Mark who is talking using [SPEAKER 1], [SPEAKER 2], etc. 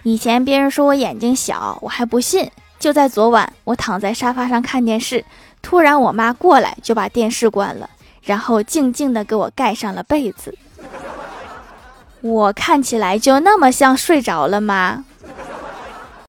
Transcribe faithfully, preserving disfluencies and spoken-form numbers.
[SPEAKER 1] 以前别人说我眼睛小，我还不信。就在昨晚，我躺在沙发上看电视，突然我妈过来就把电视关了，然后静静地给我盖上了被子。我看起来就那么像睡着了吗？